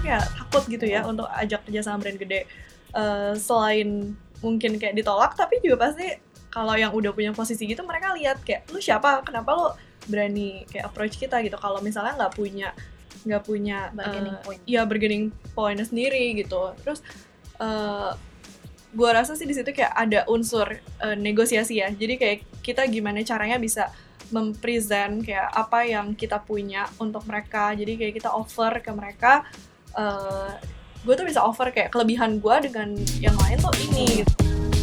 kayak takut gitu ya untuk ajak kerja sama brand gede. Selain mungkin kayak ditolak, tapi juga pasti kalau yang udah punya posisi gitu mereka lihat kayak lu siapa, kenapa lu berani kayak approach kita gitu. Kalau misalnya nggak punya bargaining point. Iya, bargaining point sendiri gitu. Terus gue rasa sih di situ kayak ada unsur negosiasi ya. Jadi kayak kita gimana caranya bisa mempresent kayak apa yang kita punya untuk mereka. Jadi kayak kita offer ke mereka, gue tuh bisa offer kayak kelebihan gue dengan yang lain tuh ini gitu.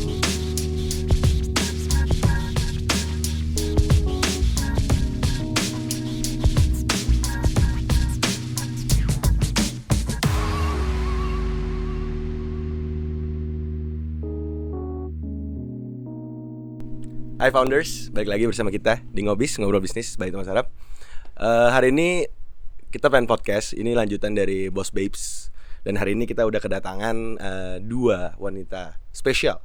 Hai Founders, balik lagi bersama kita di Ngobis, Ngobrol Bisnis by Thomas Arab. Hari ini kita pengen podcast, ini lanjutan dari Boss Babes. Dan hari ini kita udah kedatangan dua wanita spesial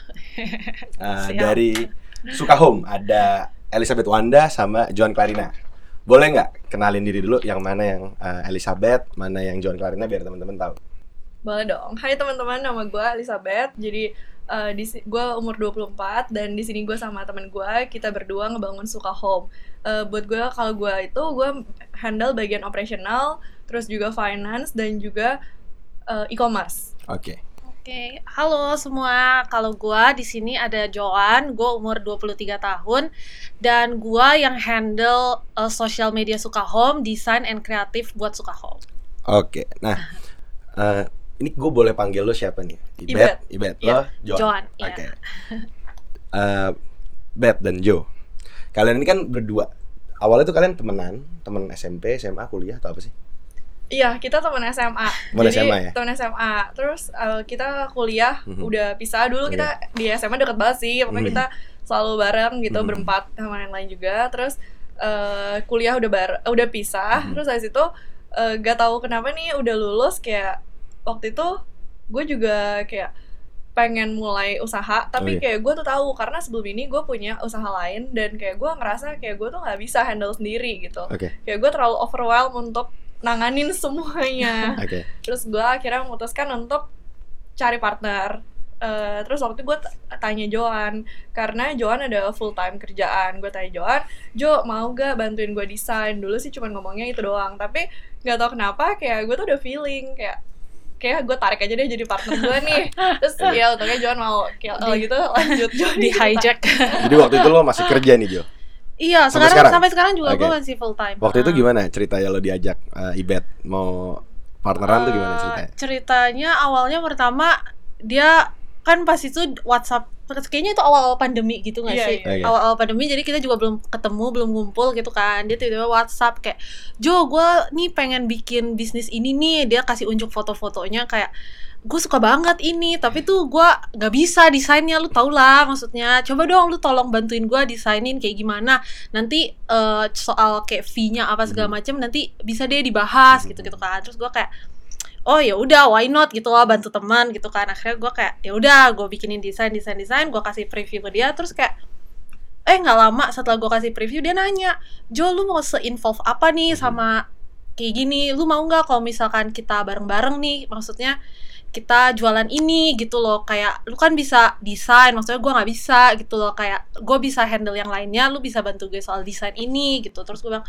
dari Sukahome. Ada Elizabeth Wanda sama Joan Clarina. Boleh nggak kenalin diri dulu, yang mana yang Elizabeth, mana yang Joan Clarina, biar teman-teman tahu. Boleh dong. Hai teman-teman, nama gue Elizabeth. Jadi gue umur 24 dan di sini gue sama teman gue, kita berdua ngebangun Sukahome. Buat gue, kalau gue handle bagian operasional, terus juga finance dan juga e-commerce. Oke. Halo semua. Kalau gue di sini ada Joan, gue umur 23 tahun dan gue yang handle social media Sukahome, desain and kreatif buat Sukahome. Oke. Nah, ini gue boleh panggil lo siapa nih? Ibet. Lo Joan. Oke. Bet dan Jo. Kalian ini kan berdua. Awalnya tuh kalian teman SMP, SMA, kuliah atau apa sih? Iya, kita teman SMA. Teman SMA ya? Teman SMA. Terus kita kuliah udah pisah. Dulu kita di SMA deket banget sih. Pokoknya kita selalu bareng gitu, berempat sama yang lain juga. Terus kuliah udah pisah. Terus habis itu gak tahu kenapa nih udah lulus, kayak waktu itu gue juga kayak pengen mulai usaha, tapi kayak gue tuh tahu karena sebelum ini gue punya usaha lain dan kayak gue ngerasa kayak gue tuh nggak bisa handle sendiri gitu. Kayak gue terlalu overwhelmed untuk nanganin semuanya. Terus gue akhirnya memutuskan untuk cari partner. Terus waktu itu gue tanya Joan, karena Joan ada full time kerjaan. Gue tanya Jo mau gak bantuin gue desain? Dulu sih cuma ngomongnya itu doang, tapi nggak tahu kenapa kayak gue tuh udah feeling kayak gue tarik aja deh jadi partner gue nih. Terus ya untungnya Joan mau kayak gitu lanjut di hijack. Jadi waktu itu lo masih kerja nih Jo? Iya, sampai sekarang juga gue masih full time. Waktu itu gimana ceritanya lo diajak Ibet mau partneran tuh gimana ceritanya? Ceritanya awalnya pertama dia kan pas itu WhatsApp, kayaknya itu awal-awal pandemi gitu nggak sih? Awal-awal pandemi, jadi kita juga belum ketemu, belum ngumpul gitu kan. Dia tiba-tiba WhatsApp kayak, Jo, gue nih pengen bikin bisnis ini nih. Dia kasih unjuk foto-fotonya kayak, gue suka banget ini, tapi tuh gue nggak bisa desainnya, lu tau lah maksudnya. Coba dong lu tolong bantuin gue desainin kayak gimana. Nanti soal kayak fee-nya apa segala macam nanti bisa deh dibahas gitu-gitu kan. Terus gue kayak, oh ya udah, why not gitu lah, bantu teman gitu kan. Akhirnya gue kayak ya udah, gue bikinin desain, gue kasih preview ke dia. Terus kayak nggak lama setelah gue kasih preview, dia nanya, Jo, lu mau se-involve apa nih sama kayak gini? Lu mau nggak kalau misalkan kita bareng-bareng nih, maksudnya kita jualan ini gitu loh. Kayak lu kan bisa desain, maksudnya gue nggak bisa gitu loh. Kayak gue bisa handle yang lainnya, lu bisa bantu gue soal desain ini gitu. Terus gue bilang,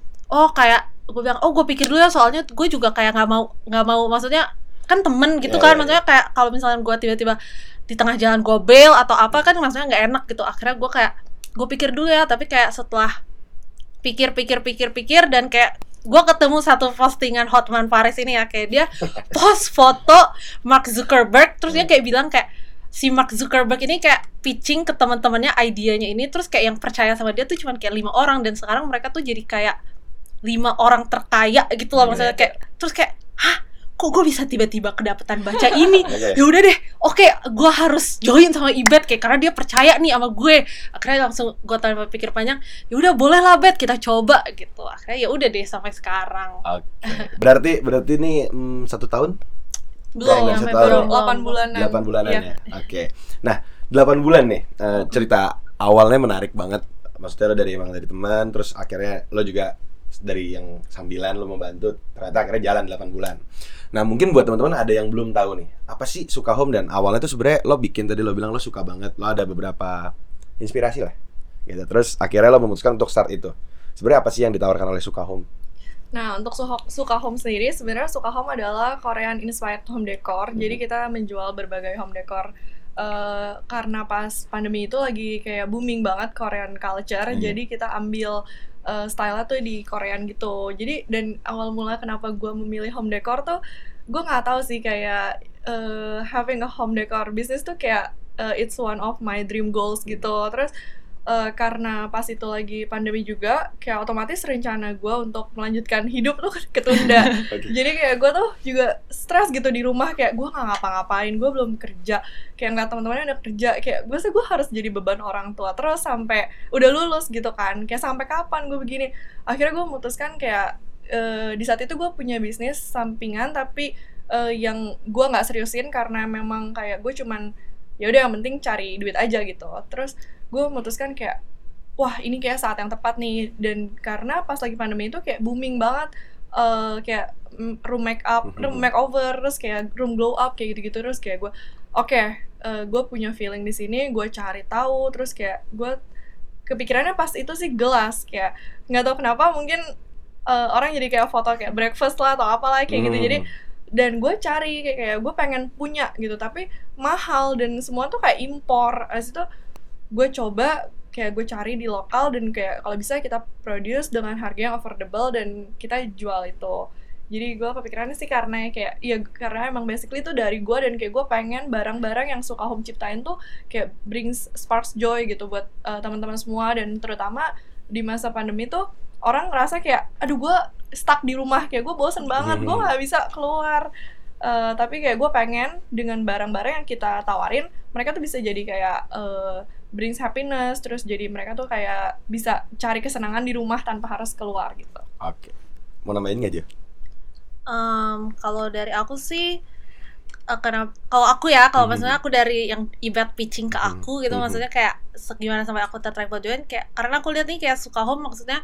gue pikir dulu ya, soalnya gue juga kayak nggak mau maksudnya kan temen gitu kan. Maksudnya kayak kalau misalnya gue tiba-tiba di tengah jalan gue bail atau apa kan maksudnya nggak enak gitu. Akhirnya gue pikir dulu ya, tapi kayak setelah pikir dan kayak gue ketemu satu postingan Hotman Paris ini ya, kayak dia post foto Mark Zuckerberg, terus dia kayak bilang kayak si Mark Zuckerberg ini kayak pitching ke teman-temannya idenya ini, terus kayak yang percaya sama dia tuh cuma kayak 5 orang dan sekarang mereka tuh jadi kayak 5 orang terkaya gitu loh. Maksudnya kayak terus kayak, hah, kok gue bisa tiba-tiba kedapetan baca ini? Ya udah deh, oke, gue harus join sama Ibet kayak karena dia percaya nih sama gue. Akhirnya langsung gue tanpa pikir panjang, ya udah boleh lah Bet, kita coba gitu. Akhirnya ya udah deh sampai sekarang. Berarti nih 1 tahun? Belum, 8 bulanan. 8 bulanan ya. Oke. Nah, 8 bulan nih, cerita awalnya menarik banget. Maksudnya lo dari teman, terus akhirnya lo juga dari yang sambilan lo membantu, ternyata akhirnya jalan 8 bulan. Nah mungkin buat teman-teman ada yang belum tahu nih, apa sih Suka Home, dan awalnya tuh sebenarnya lo bikin, tadi lo bilang lo suka banget, lo ada beberapa inspirasi lah gitu. Terus akhirnya lo memutuskan untuk start itu. Sebenarnya apa sih yang ditawarkan oleh Suka Home? Nah, untuk Suka Home sendiri, sebenarnya Suka Home adalah Korean inspired home decor. Jadi kita menjual berbagai home decor. Karena pas pandemi itu lagi kayak booming banget Korean culture, jadi kita ambil style-nya tuh di Korean gitu. Jadi dan awal mula kenapa gue memilih home decor tuh, gue nggak tahu sih, kayak having a home decor business tuh kayak it's one of my dream goals gitu. Terus karena pas itu lagi pandemi juga, kayak otomatis rencana gue untuk melanjutkan hidup tuh ketunda. Jadi kayak gue tuh juga stres gitu di rumah, kayak gue nggak ngapa-ngapain, gue belum kerja, kayak nggak teman-temannya udah kerja, kayak gue harus jadi beban orang tua terus sampai udah lulus gitu kan, kayak sampai kapan gue begini. Akhirnya gue memutuskan kayak di saat itu gue punya bisnis sampingan, tapi yang gue nggak seriusin karena memang kayak gue cuman ya udah yang penting cari duit aja gitu. Terus gue memutuskan kayak wah ini kayak saat yang tepat nih, dan karena pas lagi pandemi itu kayak booming banget kayak room makeover, terus kayak room glow up kayak gitu-gitu. Terus kayak gue gue punya feeling di sini, gue cari tahu, terus kayak gue kepikirannya pas itu sih gelas, kayak nggak tahu kenapa mungkin orang jadi kayak foto kayak breakfast lah atau apalah kayak gitu. Jadi dan gue cari kayak gue pengen punya gitu, tapi mahal dan semua tuh kayak impor. Abis itu gue coba kayak gue cari di lokal, dan kayak kalau bisa kita produce dengan harga yang affordable dan kita jual itu. Jadi gue kepikirannya sih karena kayak ya karena emang basically itu dari gue, dan kayak gue pengen barang-barang yang Suka Home ciptain tuh kayak brings sparks joy gitu buat teman-teman semua. Dan terutama di masa pandemi tuh orang ngerasa kayak aduh gue stuck di rumah, kayak gue bosen banget, gue nggak bisa keluar. Tapi kayak gue pengen dengan barang-barang yang kita tawarin, mereka tuh bisa jadi kayak brings happiness, terus jadi mereka tuh kayak bisa cari kesenangan di rumah tanpa harus keluar gitu. Oke. Mau nambahin nggak aja? Kalau dari aku sih, kalau aku ya, kalau maksudnya aku dari yang Ibet pitching ke aku gitu, maksudnya kayak gimana sampai aku tertarik buat join, kayak karena aku lihat nih kayak Suka Home maksudnya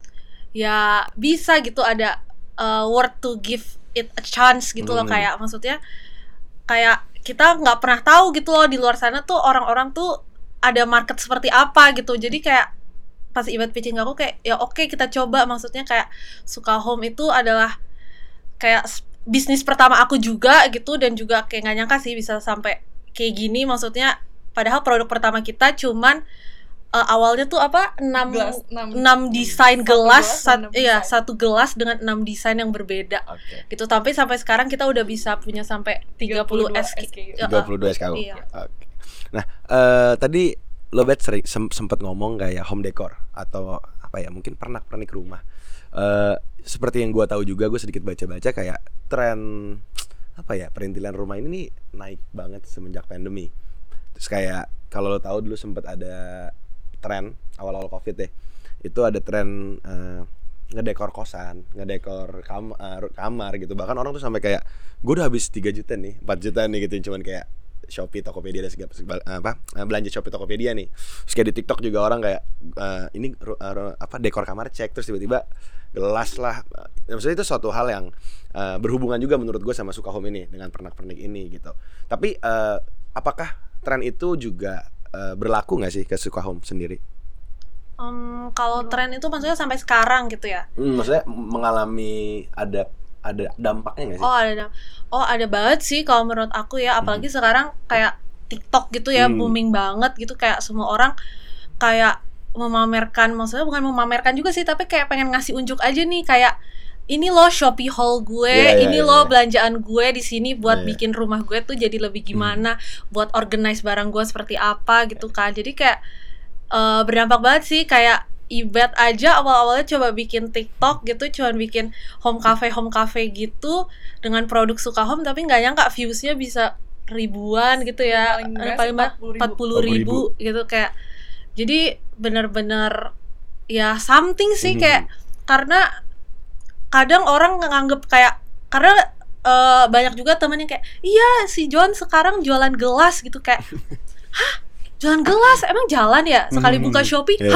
ya bisa gitu, ada worth to give it a chance gitu loh, kayak maksudnya kayak kita nggak pernah tahu gitu loh di luar sana tuh orang-orang tuh ada market seperti apa gitu. Jadi kayak pas Ibet pitching aku kayak ya oke, kita coba. Maksudnya kayak Suka Home itu adalah kayak bisnis pertama aku juga gitu, dan juga kayak nggak nyangka sih bisa sampai kayak gini. Maksudnya padahal produk pertama kita cuman awalnya tuh apa 6 desain gelas, satu gelas dengan 6 desain yang berbeda gitu. Tapi sampai sekarang kita udah bisa punya sampai 32 SKU. Iya. Okay. Nah, tadi lo sempat ngomong kayak home decor atau apa ya, mungkin pernak-pernik rumah. Seperti yang gue tahu juga, gue sedikit baca-baca kayak tren apa ya, perintilan rumah ini nih naik banget semenjak pandemi. Terus kayak kalau lo tahu dulu sempat ada tren awal-awal Covid deh, itu ada tren ngedekor kosan, ngedekor kamar gitu. Bahkan orang tuh sampai kayak gue udah habis 3 juta nih, 4 juta nih gitu, cuman kayak Shopee, Tokopedia dan segala belanja Shopee, Tokopedia nih. Terus kayak di TikTok juga orang kayak ini dekor kamar cek, terus tiba-tiba gelas lah. Maksudnya itu suatu hal yang berhubungan juga menurut gue sama Suka Home ini dengan pernak-pernik ini gitu. Tapi apakah tren itu juga berlaku nggak sih ke Suka Home sendiri? Kalau tren itu maksudnya sampai sekarang gitu ya? Maksudnya mengalami ada dampaknya nggak sih? Ada banget sih kalau menurut aku ya, apalagi sekarang kayak TikTok gitu ya, booming banget gitu, kayak semua orang kayak memamerkan, maksudnya bukan memamerkan juga sih, tapi kayak pengen ngasih unjuk aja nih, kayak ini loh Shopee haul gue, belanjaan gue di sini buat bikin rumah gue tuh jadi lebih gimana, buat organize barang gue seperti apa gitu kan. Jadi kayak berdampak banget sih. Kayak Ibet aja awal-awalnya coba bikin TikTok gitu, cuman bikin home cafe gitu dengan produk Suka Home, tapi nggak nyangka viewsnya bisa ribuan gitu ya, paling 40.000 gitu kayak. Jadi benar-benar ya something sih, kayak karena kadang orang nganggep kayak, karena banyak juga temennya kayak iya si John sekarang jualan gelas gitu, kayak hah jualan gelas emang jalan ya, sekali buka Shopee hah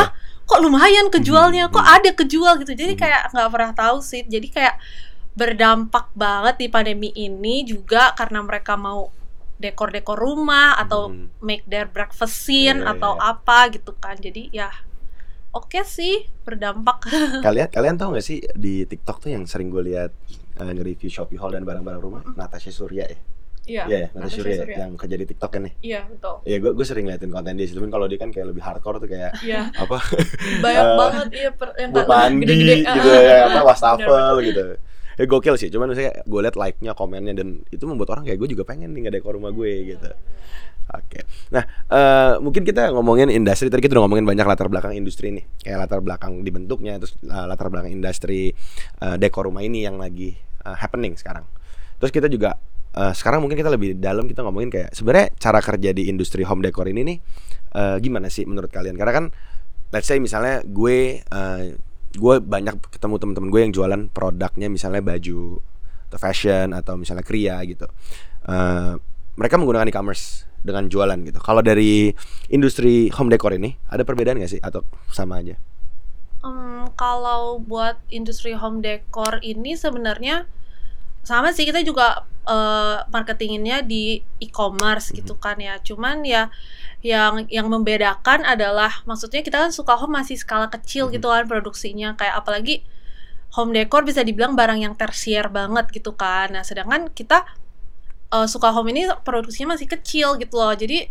kok lumayan kejualnya, kok ada kejual gitu. Jadi kayak nggak pernah tahu sih. Jadi kayak berdampak banget di pandemi ini juga karena mereka mau dekor-dekor rumah atau make their breakfast scene atau apa gitu kan. Jadi ya oke sih, berdampak. Kalian tahu nggak sih di TikTok tuh yang sering gue lihat nge-review Shopee Hall dan barang-barang rumah, Natasha Surya ya? Iya, Natasha Surya yang kerja di TikTok kan nih. Iya, betul. Iya, gue sering liatin konten dia sih. Tapi kalau dia kan kayak lebih hardcore tuh kayak apa? Banyak banget yang mandi gede-gede gitu ya, apa wastafel gitu. Gokil sih. Cuman misalnya gue liat like-nya, komennya dan itu membuat orang kayak gue juga pengen nih ngedekor rumah gue gitu. Oke. Nah, mungkin kita ngomongin industri. Tadi kita udah ngomongin banyak latar belakang industri nih. Kayak latar belakang dibentuknya, terus latar belakang industri dekor rumah ini yang lagi happening sekarang. Terus kita juga sekarang mungkin kita lebih dalam kita ngomongin kayak sebenarnya cara kerja di industri home decor ini nih gimana sih menurut kalian? Karena kan let's say misalnya gue banyak ketemu teman-teman gue yang jualan produknya misalnya baju atau fashion atau misalnya kriya gitu. Mereka menggunakan e-commerce dengan jualan gitu. Kalau dari industri home decor ini ada perbedaan nggak sih atau sama aja? Kalau buat industri home decor ini sebenarnya sama sih, kita juga marketinginnya di e-commerce gitu kan ya. Cuman ya yang membedakan adalah maksudnya kita kan suka home masih skala kecil gitu kan produksinya, kayak apalagi home decor bisa dibilang barang yang tersier banget gitu kan. Nah, sedangkan kita suka home ini produksinya masih kecil gitu loh. Jadi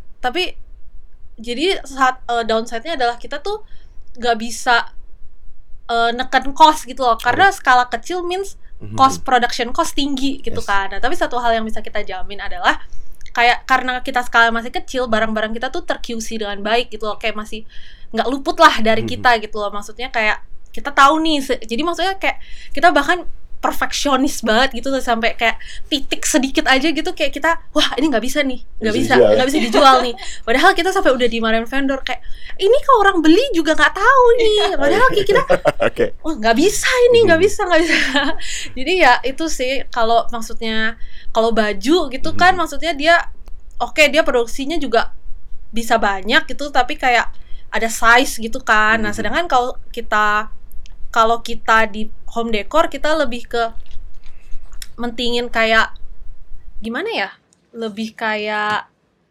saat downside-nya adalah kita tuh nggak bisa neken cost gitu loh, karena skala kecil means production cost tinggi gitu kan. Nah, tapi satu hal yang bisa kita jamin adalah kayak karena kita skala masih kecil, barang-barang kita tuh ter-QC dengan baik gitu loh, kayak masih nggak luput lah dari kita gitu loh. Maksudnya kayak kita tahu nih, jadi maksudnya kayak kita bahkan perfeksionis banget gitu sampai kayak titik sedikit aja gitu kayak kita wah ini nggak bisa dijual nih. Padahal kita sampai udah dimarahin vendor kayak ini kalau orang beli juga nggak tahu nih. Padahal kayak kita oh nggak bisa ini nggak bisa. Jadi ya itu sih kalau maksudnya kalau baju gitu kan maksudnya dia dia produksinya juga bisa banyak gitu tapi kayak ada size gitu kan. Nah sedangkan kalau kita di home decor kita lebih ke mentingin kayak gimana ya, lebih kayak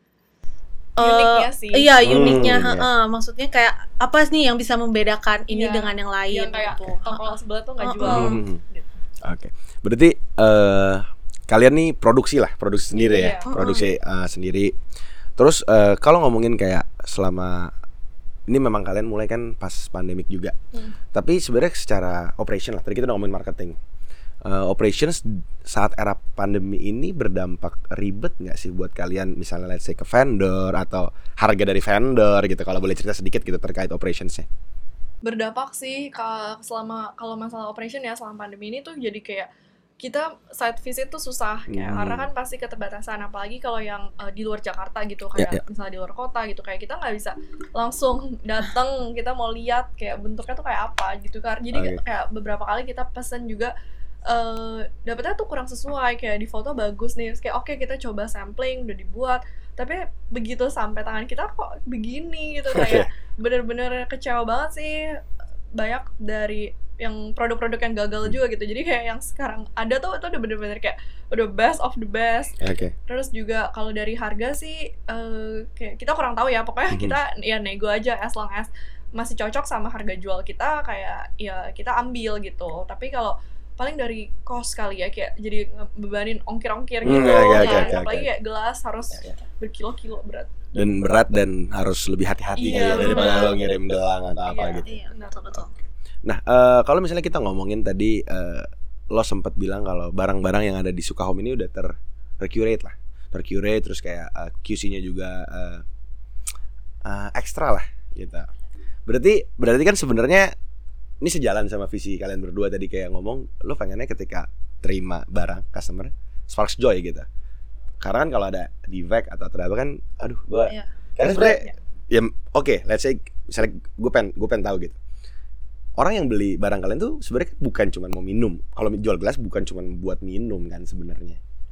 uniknya sih. Iya uniknya. Maksudnya kayak apa nih yang bisa membedakan ini dengan yang lain yang kayak gitu. Toko sebelah tuh nggak jual. Oke. Berarti kalian nih produksi sendiri ya, produksi sendiri. Terus kalau ngomongin kayak selama ini memang kalian mulai kan pas pandemik juga. Tapi sebenarnya secara operation lah, tadi kita udah ngomongin marketing. Operations saat era pandemi ini berdampak ribet nggak sih buat kalian? Misalnya let's say ke vendor atau harga dari vendor gitu. Kalau boleh cerita sedikit gitu terkait operationsnya. Berdampak sih kalau masalah operation ya selama pandemi ini tuh jadi kayak kita site visit tuh susah kayak karena kan pasti keterbatasan, apalagi kalau yang di luar Jakarta gitu kayak misalnya di luar kota gitu kayak kita nggak bisa langsung datang, kita mau lihat kayak bentuknya tuh kayak apa gitu kan. Jadi kayak beberapa kali kita pesen juga dapetnya tuh kurang sesuai, kayak di foto bagus nih kayak kita coba sampling udah dibuat tapi begitu sampai tangan kita kok begini gitu. Kayak bener-bener kecewa banget sih, banyak dari yang produk-produk yang gagal juga gitu. Jadi kayak yang sekarang ada tuh itu udah bener-bener kayak udah best of the best. Terus juga kalau dari harga sih kayak kita kurang tahu ya, pokoknya kita ya nego aja as long as masih cocok sama harga jual kita, kayak ya kita ambil gitu. Tapi kalau paling dari cost kali ya, kayak jadi bebanin ongkir-ongkir gitu apalagi kayak gelas harus berkilo-kilo berat dan harus lebih hati-hati daripada lo ngirim gelang atau apa gitu. Iya, betul. Nah, kalau misalnya kita ngomongin tadi lo sempat bilang kalau barang-barang yang ada di Sukahome ini udah tercurate terus kayak QC-nya juga ekstra lah gitu. Berarti kan sebenarnya ini sejalan sama visi kalian berdua tadi, kayak ngomong lo pengennya ketika terima barang customer sparks joy gitu. Karena kan kalau ada defect atau terapa kan karena sebenarnya ya let's say misalnya gue pengen tahu gitu. Orang yang beli barang kalian tuh sebenarnya bukan cuma mau minum. Kalau jual gelas bukan cuma buat minum kan sebenarnya.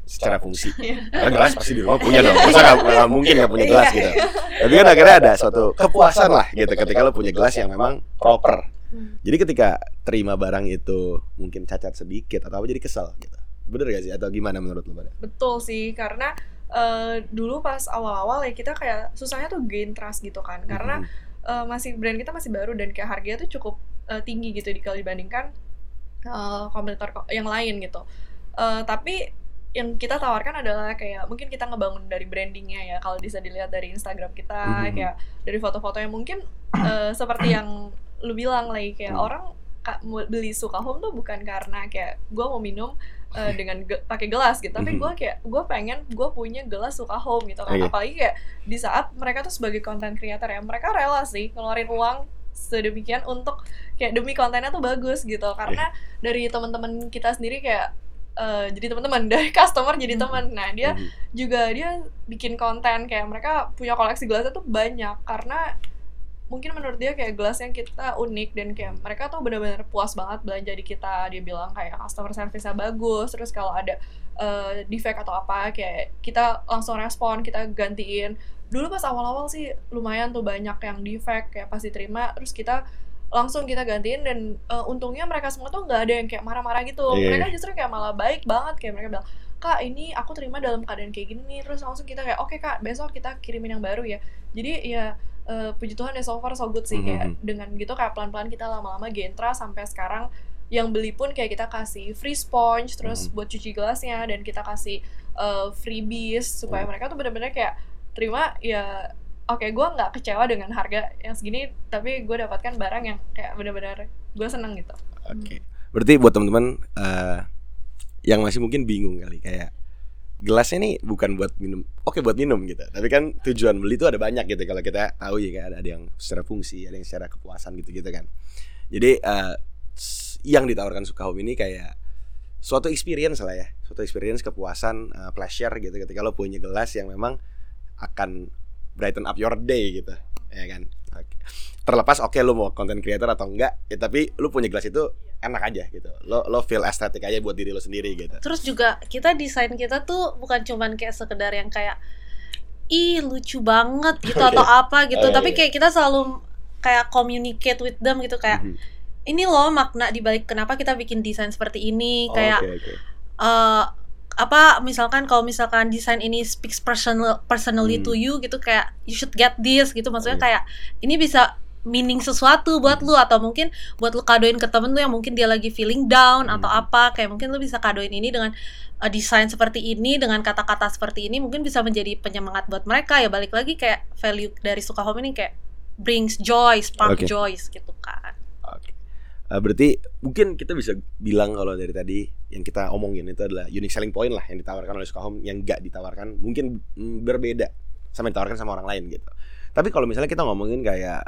secara fungsi. Karena gelas pasti di rumah punya dong. Masa nggak mungkin nggak punya gelas gitu. Tapi kan akhirnya ada suatu kepuasan lah gitu ketika lo punya gelas yang memang proper. Jadi ketika terima barang itu mungkin cacat sedikit atau apa jadi kesel gitu. Bener gak sih atau gimana menurut lo pada? Betul sih, karena dulu pas awal-awal ya kita kayak susahnya tuh gain trust gitu kan. Karena masih brand kita masih baru dan kayak harganya tuh cukup tinggi gitu kalau dibandingkan kompetitor yang lain gitu. Tapi yang kita tawarkan adalah kayak mungkin kita ngebangun dari brandingnya ya, kalau bisa dilihat dari Instagram kita, kayak dari foto-foto yang mungkin seperti yang lu bilang lagi kayak orang beli Sukahome tuh bukan karena kayak gue mau minum dengan pakai gelas gitu, tapi gue pengen gue punya gelas Sukahome gitu kan. Apalagi kayak di saat mereka tuh sebagai content creator ya, mereka rela sih ngeluarin uang sedemikian untuk kayak demi kontennya tuh bagus gitu. Karena dari teman-teman kita sendiri kayak jadi teman-teman, dari customer jadi teman. Nah dia bikin konten kayak mereka punya koleksi gelasnya tuh banyak karena mungkin menurut dia kayak gelas yang kita unik dan kayak mereka tuh benar-benar puas banget belanja di kita. Dia bilang kayak customer service-nya bagus, terus kalau ada defect atau apa kayak kita langsung respon, kita gantiin. Dulu pas awal-awal sih lumayan tuh banyak yang defect kayak pas diterima terus kita langsung kita gantiin dan untungnya mereka semua tuh nggak ada yang kayak marah-marah gitu. Mereka justru kayak malah baik banget, kayak mereka bilang, "Kak, ini aku terima dalam keadaan kayak gini." Terus langsung kita kayak, "Oke, Kak, besok kita kirimin yang baru ya." Jadi ya puji Tuhan ya so far so good sih. Kayak dengan gitu kayak pelan-pelan kita lama-lama gain trust sampai sekarang yang beli pun kayak kita kasih free sponge terus buat cuci gelasnya dan kita kasih freebies supaya mereka tuh benar-benar kayak terima ya. Oke, gue nggak kecewa dengan harga yang segini, tapi gue dapatkan barang yang kayak benar-benar gue seneng gitu. Oke. Berarti buat teman-teman yang masih mungkin bingung kali kayak gelasnya nih bukan buat minum, oke buat minum gitu. Tapi kan tujuan beli itu ada banyak gitu. Kalau kita tahu ya kan ada yang secara fungsi, ada yang secara kepuasan gitu kan. Jadi yang ditawarkan Sukahome ini kayak suatu experience lah ya, suatu experience kepuasan, pleasure gitu. Ketika lo punya gelas yang memang akan brighten up your day gitu, ya kan. Terlepas lo mau content creator atau enggak, ya tapi lo punya gelas itu enak aja gitu. Lo feel estetik aja buat diri lo sendiri gitu. Terus juga kita desain kita tuh bukan cuman kayak sekedar yang kayak lucu banget gitu atau apa gitu, tapi kayak kita selalu kayak communicate with them gitu kayak ini loh makna dibalik kenapa kita bikin desain seperti ini, kayak misalkan kalau misalkan desain ini speaks personally to you gitu, kayak you should get this gitu, maksudnya kayak ini bisa meaning sesuatu buat lu, atau mungkin buat lu kadoin ke temen lu yang mungkin dia lagi feeling down atau apa, kayak mungkin lu bisa kadoin ini dengan desain seperti ini, dengan kata-kata seperti ini, mungkin bisa menjadi penyemangat buat mereka. Ya balik lagi kayak value dari Sukahome ini kayak brings joy, spark joys gitu kan. Berarti mungkin kita bisa bilang kalau dari tadi yang kita omongin itu adalah unique selling point lah yang ditawarkan oleh Sukahome yang gak ditawarkan, mungkin berbeda sama yang ditawarkan sama orang lain gitu. Tapi kalau misalnya kita ngomongin kayak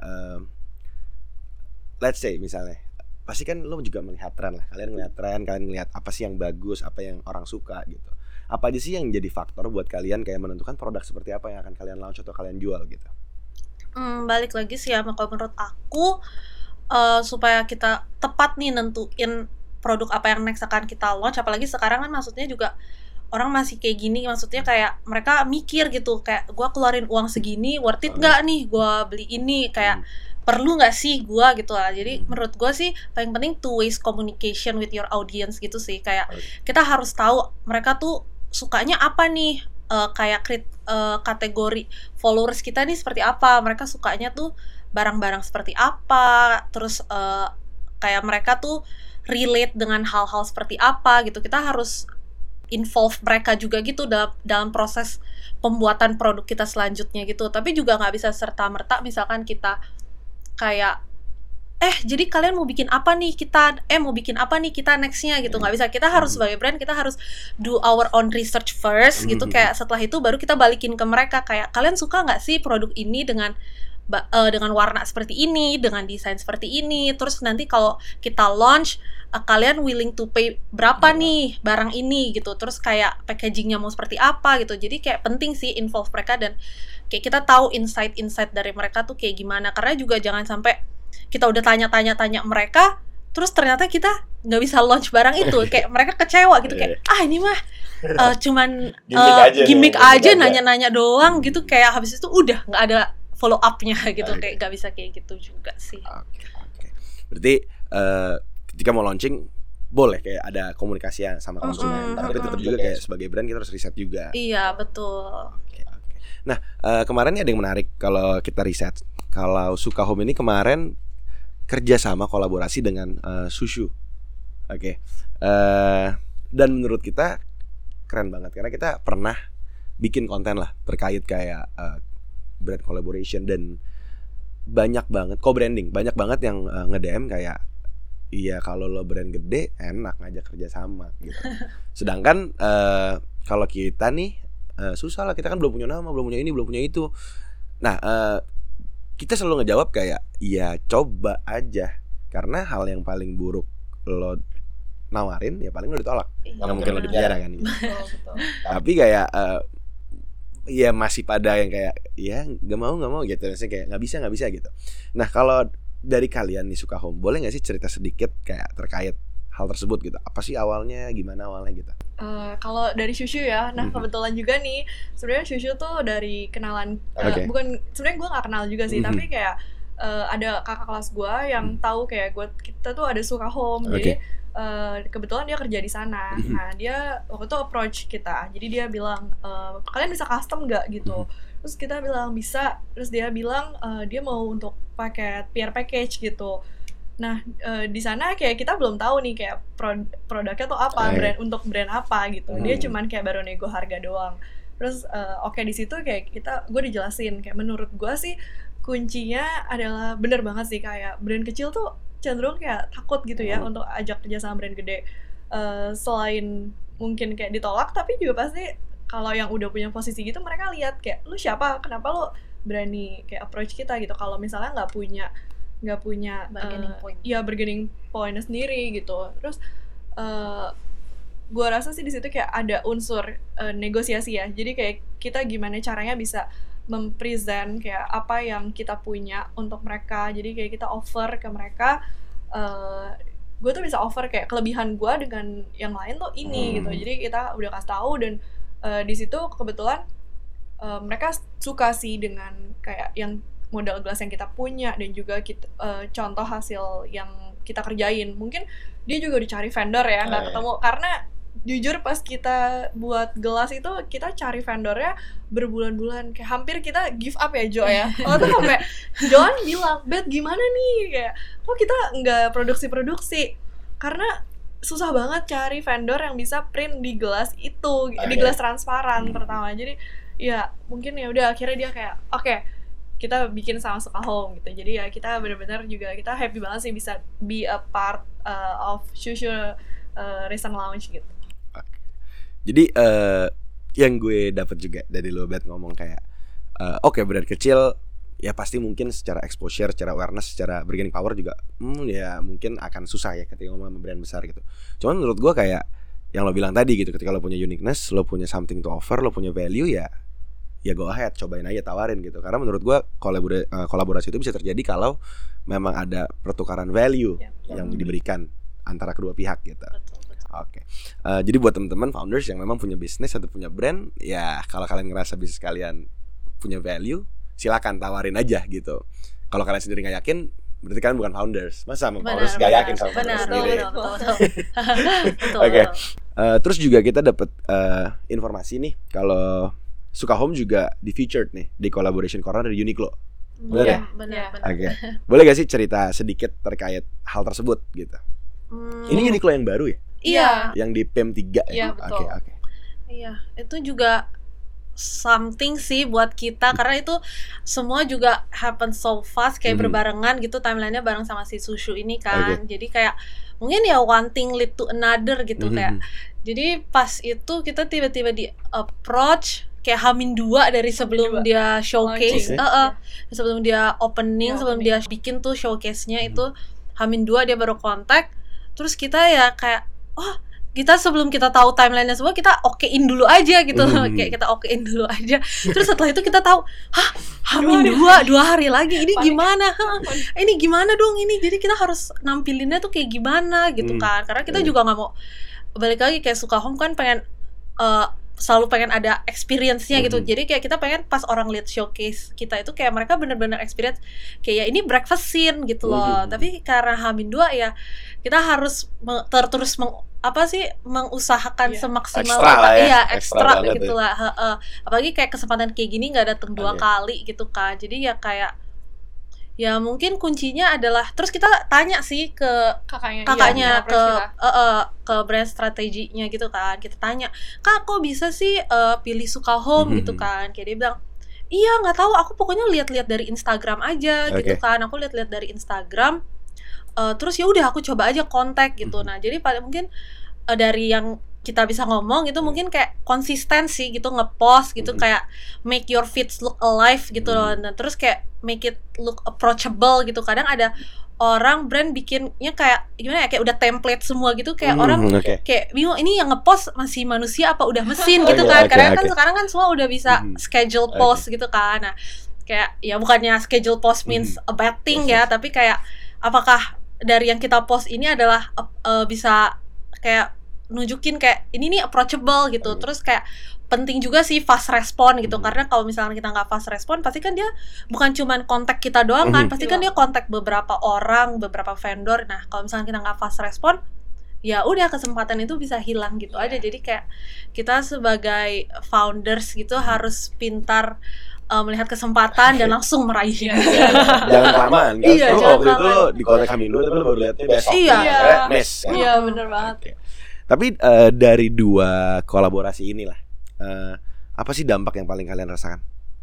let's say misalnya, pasti kan lo juga melihat tren lah. Kalian ngelihat tren, kalian ngelihat apa sih yang bagus, apa yang orang suka gitu. Apa aja sih yang jadi faktor buat kalian kayak menentukan produk seperti apa yang akan kalian launch atau kalian jual gitu? Balik lagi sih ya, kalau menurut aku supaya kita tepat nih nentuin produk apa yang next akan kita launch. Apalagi sekarang kan maksudnya juga orang masih kayak gini, maksudnya kayak mereka mikir gitu, kayak gue keluarin uang segini worth it gak nih gue beli ini, kayak perlu gak sih gue gitu lah. Jadi menurut gue sih paling penting two ways communication with your audience gitu sih. Kayak kita harus tahu mereka tuh sukanya apa nih, kayak kategori followers kita nih seperti apa, mereka sukanya tuh barang-barang seperti apa, terus kayak mereka tuh relate dengan hal-hal seperti apa gitu. Kita harus involve mereka juga gitu dalam proses pembuatan produk kita selanjutnya gitu. Tapi juga nggak bisa serta-merta misalkan kita kayak jadi kalian mau bikin apa nih kita nextnya gitu, nggak bisa. Kita harus sebagai brand, kita harus do our own research first gitu, kayak setelah itu baru kita balikin ke mereka kayak kalian suka nggak sih produk ini dengan warna seperti ini, dengan desain seperti ini. Terus nanti kalau kita launch, kalian willing to pay berapa nih barang ini gitu. Terus kayak packagingnya mau seperti apa gitu. Jadi kayak penting sih involve mereka dan kayak kita tahu insight dari mereka tuh kayak gimana. Karena juga jangan sampai kita udah tanya mereka, terus ternyata kita nggak bisa launch barang itu. Kayak mereka kecewa gitu, kayak ini mah cuman gimmick aja nanya-nanya doang gitu, kayak habis itu udah nggak ada follow up-nya gitu. Kayak nggak bisa kayak gitu juga sih. Oke. Berarti ketika mau launching boleh kayak ada komunikasi sama konsumen, tapi tetap juga kayak sebagai brand kita harus riset juga. Iya, betul. Oke. Nah, kemarin ada yang menarik kalau kita riset. Kalau Sukahome ini kemarin kerja sama kolaborasi dengan Susu. Oke. Dan menurut kita keren banget karena kita pernah bikin konten lah terkait kayak brand collaboration dan banyak banget co-branding, banyak banget yang nge-DM kayak iya kalau lo brand gede enak ngajak kerja sama gitu. Sedangkan kalau kita nih susah lah, kita kan belum punya nama, belum punya ini, belum punya itu. Nah, kita selalu ngejawab kayak iya coba aja, karena hal yang paling buruk lo nawarin ya paling lo ditolak, nggak mungkin lo dipenjara kan gitu. Betul. Tapi kayak ya masih pada yang kayak ya nggak mau gitu, maksudnya kayak nggak bisa gitu. Nah kalau dari kalian nih Sukahome, boleh nggak sih cerita sedikit kayak terkait hal tersebut gitu, apa sih awalnya, gimana awalnya gitu? Kalau dari Shushu ya, nah kebetulan juga nih sebenarnya Shushu tuh dari kenalan, bukan sebenarnya gue nggak kenal juga sih, tapi kayak ada kakak kelas gue yang tahu kayak kita tuh ada Sukahome, jadi kebetulan dia kerja di sana. Nah dia waktu itu approach kita, jadi dia bilang kalian bisa custom nggak gitu. Terus kita bilang bisa, terus dia bilang dia mau untuk paket PR package gitu. Nah di sana kayak kita belum tahu nih kayak produknya tuh apa, untuk brand apa gitu. Dia cuman kayak baru nego harga doang. Terus di situ kayak gue dijelasin kayak menurut gue sih kuncinya adalah bener banget sih, kayak brand kecil tuh cenderung kayak takut gitu ya untuk ajak kerja sama brand gede. Selain mungkin kayak ditolak, tapi juga pasti kalau yang udah punya posisi gitu mereka lihat kayak lu siapa, kenapa lu berani kayak approach kita gitu. Kalau misalnya nggak punya bargaining point sendiri gitu. Terus gue rasa sih di situ kayak ada unsur negosiasi ya. Jadi kayak kita gimana caranya bisa mempresent kayak apa yang kita punya untuk mereka. Jadi kayak kita offer ke mereka, gue tuh bisa offer kayak kelebihan gue dengan yang lain tuh ini gitu. Jadi kita udah kasih tahu, dan di situ kebetulan mereka suka sih dengan kayak yang modal gelas yang kita punya, dan juga contoh hasil yang kita kerjain. Mungkin dia juga dicari vendor ya, nggak ketemu, karena jujur pas kita buat gelas itu kita cari vendornya berbulan-bulan, kayak hampir kita give up ya Jo ya. Waktu sampai John bilang, "Bet gimana nih, kayak kok kita nggak produksi karena susah banget cari vendor yang bisa print di gelas itu, di gelas transparan pertama." Jadi ya mungkin ya udah akhirnya dia kayak oke, kita bikin sama Sukahome gitu. Jadi ya kita benar-benar juga kita happy banget sih bisa be a part of Shushu recent launch gitu. Jadi yang gue dapat juga dari lo Bet ngomong kayak brand kecil ya pasti mungkin secara exposure, secara awareness, secara bargaining power juga ya mungkin akan susah ya ketika ngomong sama brand besar gitu. Cuman menurut gue kayak yang lo bilang tadi gitu, ketika lo punya uniqueness, lo punya something to offer, lo punya value, ya go ahead, cobain aja, tawarin gitu. Karena menurut gue kolaborasi itu bisa terjadi kalau memang ada pertukaran value yang diberikan antara kedua pihak gitu. Oke. Jadi buat teman-teman founders yang memang punya bisnis atau punya brand, ya kalau kalian ngerasa bisnis kalian punya value, silakan tawarin aja gitu. Kalau kalian sendiri nggak yakin, berarti kalian bukan founders. Masa founders nggak yakin sama founders sendiri? Oke. Terus juga kita dapat informasi nih kalau Sukahome juga di featured nih di collaboration corner dari Uniqlo. Benar ya? Benar. Oke. Boleh gak sih cerita sedikit terkait hal tersebut gitu? Ini Uniqlo yang baru ya? Iya. Yang di PM3 ya? Iya, betul. Oke. Iya, itu juga something sih buat kita, karena itu semua juga happen so fast, kayak berbarengan gitu, timelinenya bareng sama si Shushu ini kan. Jadi kayak mungkin ya one thing lead to another gitu kayak. Jadi pas itu kita tiba-tiba di approach kayak H-2 dari sebelum dia showcase, sebelum dia opening, sebelum dia bikin tuh showcase-nya itu H-2 dia baru kontak. Terus kita ya kayak kita sebelum kita tahu timeline-nya semua, kita okein dulu aja gitu. Kayak kita okein dulu aja. Terus setelah itu kita tahu, H-2 2 hari lagi, ini gimana? Ini gimana dong ini? Jadi kita harus nampilinnya tuh kayak gimana gitu kan. Karena kita juga nggak mau, balik lagi kayak Sukahome kan pengen selalu pengen ada experience-nya gitu. Jadi kayak kita pengen pas orang lihat showcase kita itu kayak mereka benar-benar experience kayak ya ini breakfast scene gitu loh. Tapi karena H-2 ya kita harus terus mengusahakan semaksimal ekstra gitu lah. Apalagi kayak kesempatan kayak gini nggak datang 2 kali gitu kan. Jadi ya kayak ya mungkin kuncinya adalah terus kita tanya sih ke kakaknya ke brand strateginya gitu kan. Kita tanya, "Kak, kok bisa sih pilih Sukahome?" gitu kan. Kayak dia bilang, "Iya, nggak tahu, aku pokoknya lihat-lihat dari Instagram aja." gitu kan. Aku lihat-lihat dari Instagram. Terus ya udah aku coba aja kontak gitu. Nah, jadi paling mungkin dari yang kita bisa ngomong gitu mungkin kayak konsistensi gitu ngepost gitu kayak make your feeds look alive gitu loh. Nah, terus kayak make it look approachable gitu. Kadang ada orang brand bikinnya kayak gimana ya, kayak udah template semua gitu, kayak orang kayak bingung ini yang ngepost masih manusia apa udah mesin gitu kan. Karena kan sekarang kan semua udah bisa schedule post gitu kan. Nah, kayak ya bukannya schedule post means a bad thing ya, tapi kayak apakah dari yang kita post ini adalah bisa kayak nunjukin kayak ini nih approachable gitu. Terus kayak penting juga sih fast respon gitu, karena kalau misalnya kita nggak fast respon pasti kan dia bukan cuman kontak kita doang kan, pasti kan dia kontak beberapa orang, beberapa vendor. Nah kalau misalnya kita nggak fast respon ya udah kesempatan itu bisa hilang gitu aja. Jadi kayak kita sebagai founders gitu harus pintar melihat kesempatan dan langsung meraihnya. Jangan kelamaan kan. Waktu itu di kontak kami dulu tapi baru lihatnya besok. Iya bener banget. Tapi dari 2 kolaborasi inilah, apa sih dampak yang paling kalian rasakan?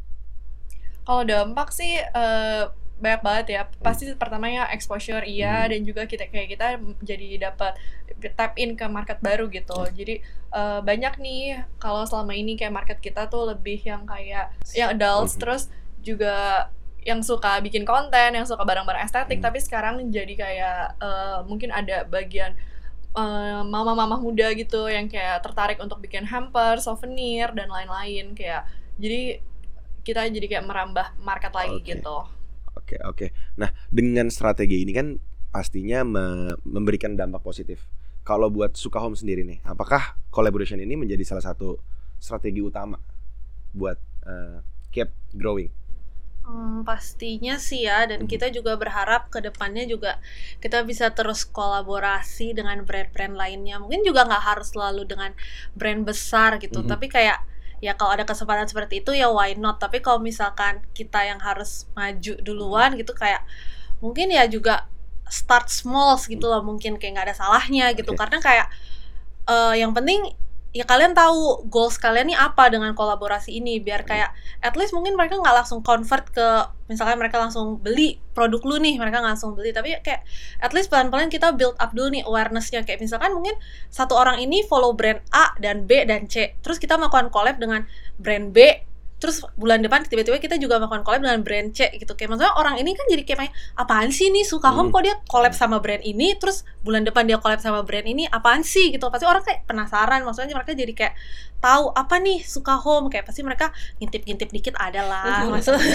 Kalau dampak sih banyak banget ya. Pasti pertamanya exposure dan juga kita jadi dapat tap in ke market baru gitu. Jadi banyak nih kalau selama ini kayak market kita tuh lebih yang kayak yang adults, terus juga yang suka bikin konten, yang suka barang-barang estetik. Tapi sekarang jadi kayak mungkin ada bagian mama-mama muda gitu yang kayak tertarik untuk bikin hamper, souvenir dan lain-lain kayak. Jadi kita jadi kayak merambah market lagi gitu. Oke. Nah, dengan strategi ini kan pastinya memberikan dampak positif. Kalau buat Sukahome sendiri nih, apakah collaboration ini menjadi salah satu strategi utama buat keep growing? Pastinya sih ya, dan kita juga berharap ke depannya juga kita bisa terus kolaborasi dengan brand-brand lainnya. Mungkin juga nggak harus selalu dengan brand besar gitu, tapi kayak ya kalau ada kesempatan seperti itu ya why not. Tapi kalau misalkan kita yang harus maju duluan gitu, kayak mungkin ya juga start small gitu loh, mungkin kayak nggak ada salahnya gitu. Karena kayak yang penting ya kalian tahu goals kalian nih apa dengan kolaborasi ini, biar kayak at least mungkin mereka nggak langsung convert ke misalkan mereka langsung beli produk lu nih, mereka nggak langsung beli, tapi kayak at least pelan-pelan kita build up dulu nih awareness-nya. Kayak misalkan mungkin satu orang ini follow brand A dan B dan C, terus kita melakukan collab dengan brand B, terus bulan depan tiba-tiba kita juga melakukan collab dengan brand C gitu. Kayak maksudnya orang ini kan jadi kayak apaan sih nih Sukahome kok dia collab sama brand ini, terus bulan depan dia collab sama brand ini, apaan sih gitu. Pasti orang kayak penasaran, maksudnya mereka jadi kayak tahu apa nih Sukahome, kayak pasti mereka ngintip-ngintip dikit ada lah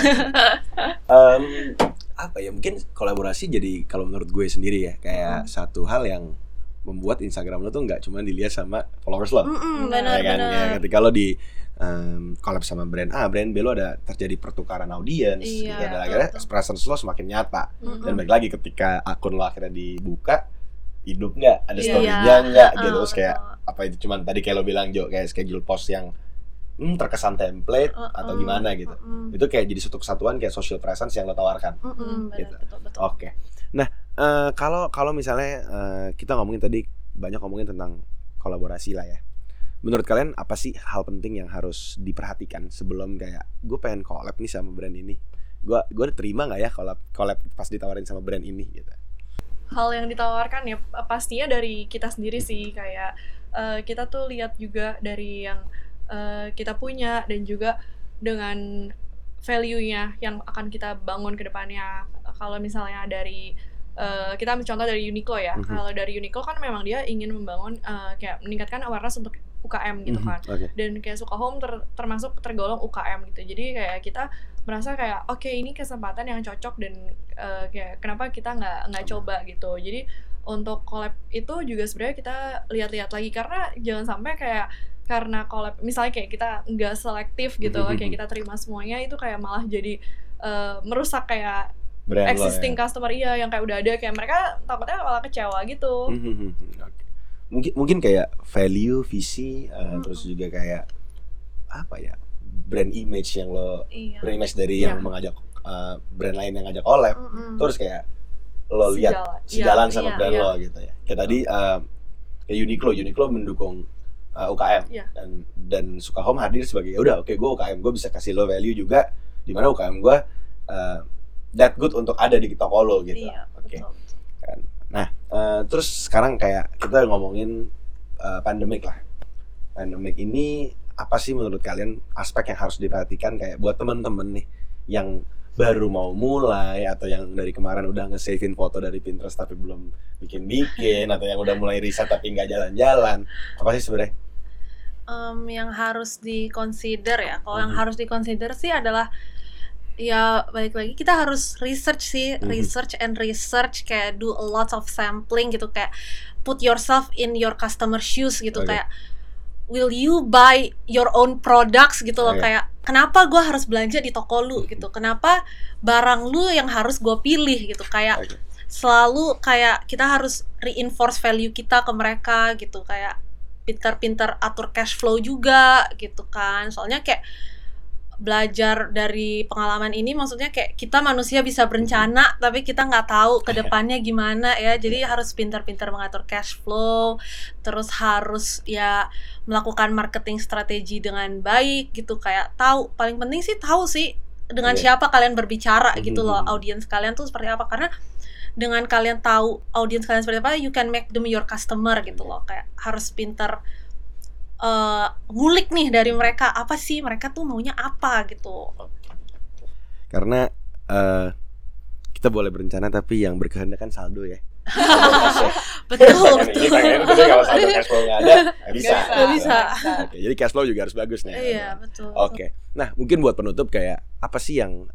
apa ya, mungkin kolaborasi jadi kalau menurut gue sendiri ya kayak satu hal yang membuat Instagram lo tuh nggak cuma dilihat sama followers lo. Benar. Ya, ketika lo di collab sama brand A, brand B, lo ada terjadi pertukaran audiens gitu, dan akhirnya presence lo semakin nyata. Dan balik lagi ketika akun lo akhirnya dibuka, hidup nggak, ada story-nya nggak gitu. Terus kayak apa itu cuman tadi kayak lo bilang Jo, kayak schedule post yang terkesan template atau gimana gitu. Itu kayak jadi suatu kesatuan kayak social presence yang lo tawarkan. Gitu. Betul. Oke. Nah, kalau misalnya kita ngomongin tadi banyak ngomongin tentang kolaborasi lah ya. Menurut kalian apa sih hal penting yang harus diperhatikan sebelum kayak gue pengen collab nih sama brand ini? Gue terima nggak ya collab pas ditawarin sama brand ini gitu? Hal yang ditawarkan ya pastinya dari kita sendiri sih, kayak kita tuh lihat juga dari yang kita punya dan juga dengan value-nya yang akan kita bangun ke depannya. Kalau misalnya dari kita ambil contoh dari Uniqlo ya. Kalau dari Uniqlo kan memang dia ingin membangun kayak meningkatkan awareness untuk UKM gitu kan. Dan kayak Sukahome termasuk tergolong UKM gitu. Jadi kayak kita merasa kayak oke, ini kesempatan yang cocok dan kayak kenapa kita nggak coba gitu. Jadi untuk collab itu juga sebenarnya kita lihat-lihat lagi, karena jangan sampai kayak karena collab misalnya kayak kita nggak selektif gitu kayak kita terima semuanya, itu kayak malah jadi merusak kayak brand existing customer yang kayak udah ada, kayak mereka takutnya malah kecewa gitu. Mungkin kayak value, visi, terus juga kayak apa ya, brand image yang lo brand image dari yang mengajak brand lain yang ngajak collab, terus kayak lo lihat sejalan sama brand lo gitu ya. Kayak tadi kayak Uniqlo mendukung UKM dan Sukahome hadir sebagai ya udah oke, gue UKM, gue bisa kasih lo value juga, di mana UKM gue that good untuk ada di toko lo gitu. Oke. Nah, terus sekarang kayak kita ngomongin pandemik lah. Pandemik ini apa sih menurut kalian aspek yang harus diperhatikan kayak buat temen-temen nih yang baru mau mulai, atau yang dari kemarin udah nge-save-in foto dari Pinterest tapi belum bikin atau yang udah mulai riset tapi nggak jalan-jalan, apa sih sebenarnya? Yang harus di-consider ya. Kalau yang harus di-consider sih adalah ya balik lagi kita harus research sih, research kayak do a lot of sampling gitu, kayak put yourself in your customer shoes gitu, kayak will you buy your own products gitu loh, kayak kenapa gue harus belanja di toko lu gitu, kenapa barang lu yang harus gue pilih gitu, kayak selalu kayak kita harus reinforce value kita ke mereka gitu, kayak pintar-pintar atur cash flow juga gitu kan, soalnya kayak belajar dari pengalaman ini, maksudnya kayak kita manusia bisa berencana tapi kita nggak tahu ke depannya gimana ya, jadi harus pintar-pintar mengatur cash flow, terus harus ya melakukan marketing strategi dengan baik gitu, kayak tahu, paling penting sih tahu sih dengan siapa kalian berbicara gitu loh, audiens kalian tuh seperti apa, karena dengan kalian tahu audiens kalian seperti apa, you can make them your customer gitu loh, kayak harus pintar ngulik nih dari mereka, apa sih mereka tuh maunya apa gitu. Karena kita boleh berencana tapi yang berkehendak kan saldo ya. Betul. Jadi kalau saldo cash flow nggak ada, nggak bisa. Oke, jadi cash flow juga harus bagus nih. Iya betul. Oke, nah mungkin buat penutup kayak apa sih yang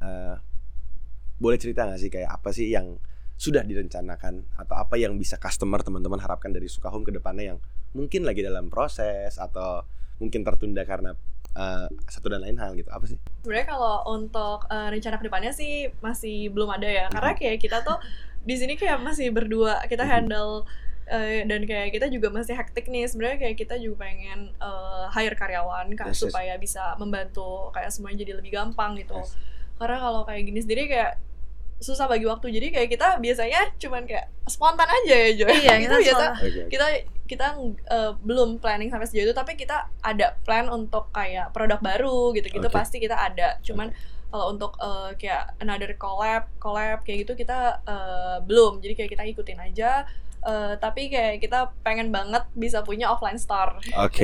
boleh cerita nggak sih, kayak apa sih yang sudah direncanakan atau apa yang bisa customer teman-teman harapkan dari Sukahome ke depannya yang mungkin lagi dalam proses atau mungkin tertunda karena satu dan lain hal gitu, apa sih? Sebenarnya kalau untuk rencana ke depannya sih masih belum ada ya, karena kayak kita tuh di sini kayak masih berdua kita handle dan kayak kita juga masih hektik nih. Sebenarnya kayak kita juga pengen hire karyawan supaya bisa membantu kayak semuanya jadi lebih gampang gitu. Karena kalau kayak gini sendiri kayak susah bagi waktu, jadi kayak kita biasanya cuman kayak spontan aja ya Joy. Iya, itu biasa kita belum planning sampai sejauh itu, tapi kita ada plan untuk kayak produk baru gitu-gitu pasti kita ada. Cuman kalau untuk kayak another collab kayak gitu kita belum, jadi kayak kita ikutin aja. Tapi kayak kita pengen banget bisa punya offline store.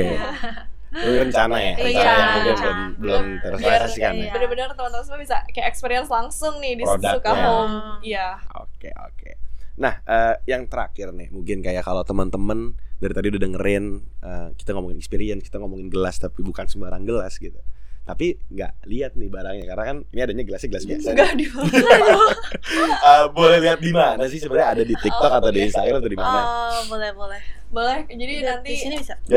Rencana ya, mungkin belum terrealisasikan ya. Benar-benar teman-teman semua bisa kayak experience langsung nih di Sukahome. Iya. Oke. Nah, yang terakhir nih, mungkin kayak kalau teman-teman dari tadi udah dengerin kita ngomongin experience, kita ngomongin gelas tapi bukan sembarang gelas gitu. Tapi nggak lihat nih barangnya, karena kan ini adanya gelas biasa. Nggak di mana. Boleh lihat di mana sih sebenarnya, ada di TikTok atau di Instagram atau di mana? Boleh. Jadi nanti di sini bisa.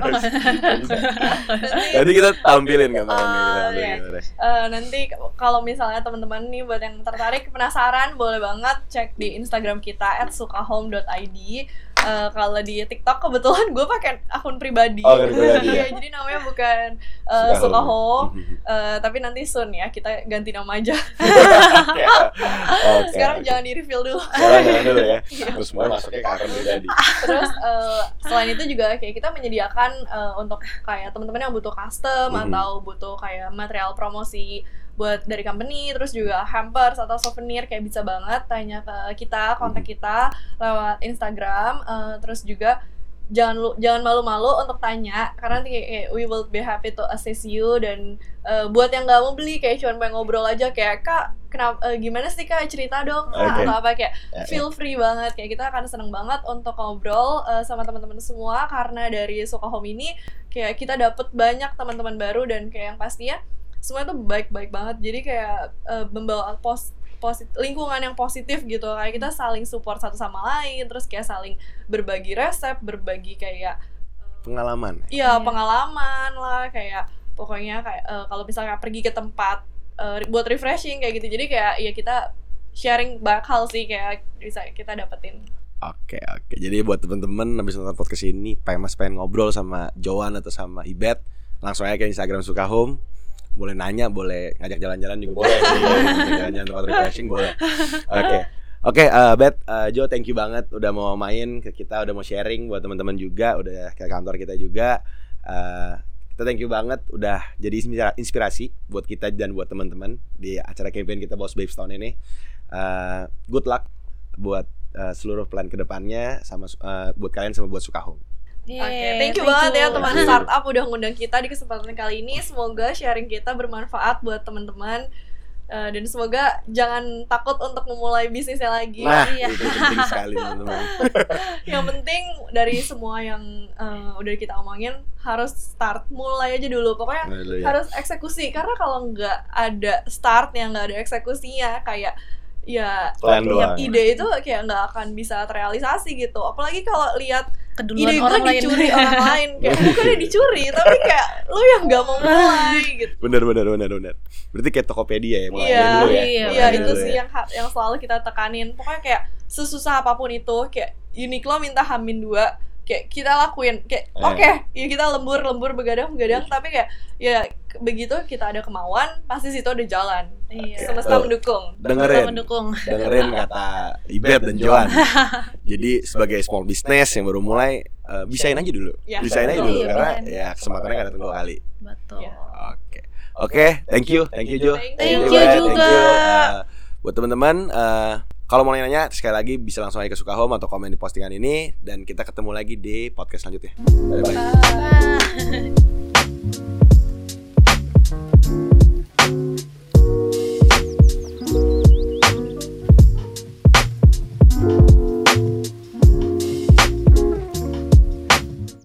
Nanti kita tampilin gambarnya. Nanti kalau misalnya teman-teman nih buat yang tertarik, penasaran, boleh banget cek di Instagram kita @sukahome.id. Kalau di TikTok kebetulan gue pakai akun pribadi. Iya, jadi namanya bukan Sukahome, tapi nanti soon ya kita ganti nama aja. Sekarang jangan di-reveal dulu. Jangan dulu ya. Terus semua masuknya ke akun pribadi. Terus selain itu juga kayak kita menyediakan untuk kayak teman-teman yang butuh custom atau butuh kayak material promosi buat dari company, terus juga hampers atau souvenir, kayak bisa banget tanya ke kita, kontak kita lewat Instagram. Terus juga jangan malu-malu untuk tanya, karena nanti kayak we will be happy to assist you. Dan buat yang nggak mau beli, kayak cuma pengen ngobrol aja, kayak Kak kenapa gimana sih Kak, cerita dong Kak, atau apa, kayak feel free banget, kayak kita akan seneng banget untuk ngobrol sama teman-teman semua, karena dari Sukahome ini kayak kita dapet banyak teman-teman baru dan kayak yang pastinya semua itu baik-baik banget, jadi kayak membawa lingkungan yang positif gitu, kayak kita saling support satu sama lain, terus kayak saling berbagi resep, berbagi kayak pengalaman. Iya, pengalaman lah, kayak pokoknya kayak kalau misalnya pergi ke tempat buat refreshing kayak gitu. Jadi kayak ya kita sharing banyak hal sih kayak bisa kita dapetin. Oke. Jadi buat teman-teman habis nonton podcast ini pengen ngobrol sama Joan atau sama Ibet, langsung aja ke Instagram Sukahome. Boleh nanya, boleh ngajak jalan-jalan juga boleh. Jalan-jalan tempat refreshing boleh. Oke, Bet, Jo, thank you banget udah mau main ke kita, udah mau sharing buat teman-teman juga, udah ke kantor kita juga. Kita thank you banget udah jadi inspirasi buat kita dan buat teman-teman di acara campaign kita Boss Babes tahun ini. Good luck buat seluruh plan kedepannya sama buat kalian sama buat Sukahome. Thank you banget ya teman startup udah ngundang kita di kesempatan kali ini. Semoga sharing kita bermanfaat buat teman-teman. Dan semoga jangan takut untuk memulai bisnisnya lagi. Nah, itu penting sekali teman-teman. Yang penting dari semua yang udah kita omongin harus start, mulai aja dulu. Pokoknya harus eksekusi. Karena kalau nggak ada startnya, nggak ada eksekusinya, kayak ya ide itu kayak nggak akan bisa terrealisasi gitu. Apalagi kalau lihat ide gue dicuri orang lain, kayak bukannya dicuri tapi kayak lu yang nggak mau mulai gitu. Bener. Berarti kayak Tokopedia ya mulai dulu ya. Iya itu sih yang selalu kita tekanin. Pokoknya kayak sesusah apapun itu, kayak Uniqlo minta H-2 kayak kita lakuin, kayak oke, ya kita lembur begadang, tapi kayak ya begitu kita ada kemauan pasti situ ada jalan. Semesta mendukung. Dengerin kata Ibet dan Joan. Jadi sebagai small business yang baru mulai, bisain aja dulu. Karena ya kesempatannya gak datang 2 kali. Betul. Oke, thank you Jo. Thank you juga. Buat teman-teman, kalau mau nanya sekali lagi bisa langsung aja ke Sukahome atau komen di postingan ini, dan kita ketemu lagi di podcast selanjutnya. Bye.